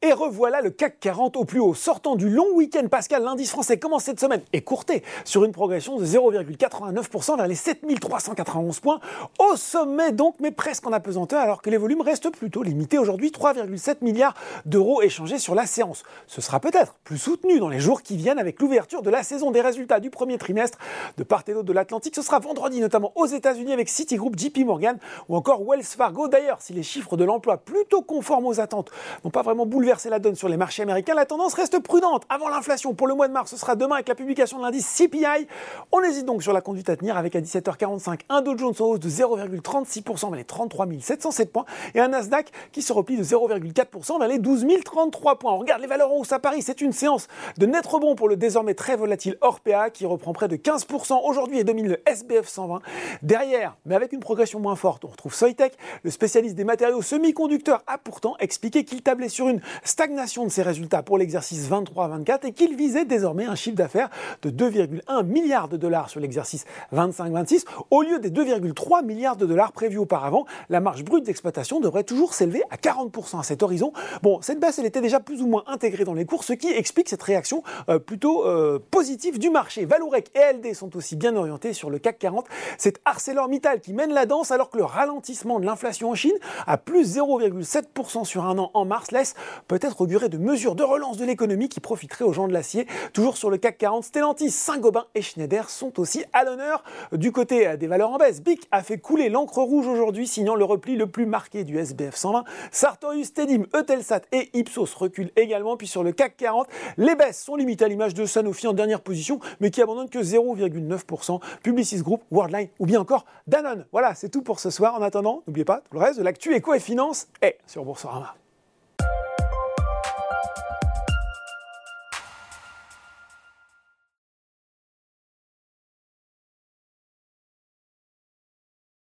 Et revoilà le CAC 40 au plus haut. Sortant du long week-end pascal, l'indice français commence cette semaine écourté sur une progression de 0,89% vers les 7391 points. Au sommet donc, mais presque en apesanteur, alors que les volumes restent plutôt limités. Aujourd'hui, 3,7 milliards d'euros échangés sur la séance. Ce sera peut-être plus soutenu dans les jours qui viennent avec l'ouverture de la saison des résultats du premier trimestre de part et d'autre de l'Atlantique. Ce sera vendredi, notamment aux États-Unis avec Citigroup, JP Morgan ou encore Wells Fargo. D'ailleurs, si les chiffres de l'emploi plutôt conformes aux attentes n'ont pas vraiment bouleversé la donne sur les marchés américains, la tendance reste prudente. Avant l'inflation pour le mois de mars, ce sera demain avec la publication de l'indice CPI. On hésite donc sur la conduite à tenir avec à 17h45 un Dow Jones en hausse de 0,36% vers les 33 707 points et un Nasdaq qui se replie de 0,4% vers les 12 033 points. On regarde les valeurs en hausse à Paris. C'est une séance de net rebond pour le désormais très volatile Orpea qui reprend près de 15% aujourd'hui et domine le SBF 120. Derrière, mais avec une progression moins forte, on retrouve Soitec. Le spécialiste des matériaux semi-conducteurs a pourtant expliqué qu'il tablait sur une stagnation de ses résultats pour l'exercice 23-24 et qu'il visait désormais un chiffre d'affaires de 2,1 milliards de dollars sur l'exercice 25-26 au lieu des 2,3 milliards de dollars prévus auparavant. La marge brute d'exploitation devrait toujours s'élever à 40% à cet horizon. Bon, cette baisse, elle était déjà plus ou moins intégrée dans les cours, ce qui explique cette réaction plutôt positive du marché. Vallourec et ALD sont aussi bien orientés sur le CAC 40. C'est ArcelorMittal qui mène la danse alors que le ralentissement de l'inflation en Chine à plus 0,7% sur un an en mars laisse peut-être augurer de mesures de relance de l'économie qui profiteraient aux gens de l'acier. Toujours sur le CAC 40, Stellantis, Saint-Gobain et Schneider sont aussi à l'honneur. Du côté des valeurs en baisse, BIC a fait couler l'encre rouge aujourd'hui, signant le repli le plus marqué du SBF 120. Sartorius, Tedim, Eutelsat et Ipsos reculent également. Puis sur le CAC 40, les baisses sont limitées à l'image de Sanofi en dernière position, mais qui abandonne que 0,9%. Publicis Group, Worldline ou bien encore Danone. Voilà, c'est tout pour ce soir. En attendant, n'oubliez pas, tout le reste de l'actu éco et finance est sur Boursorama.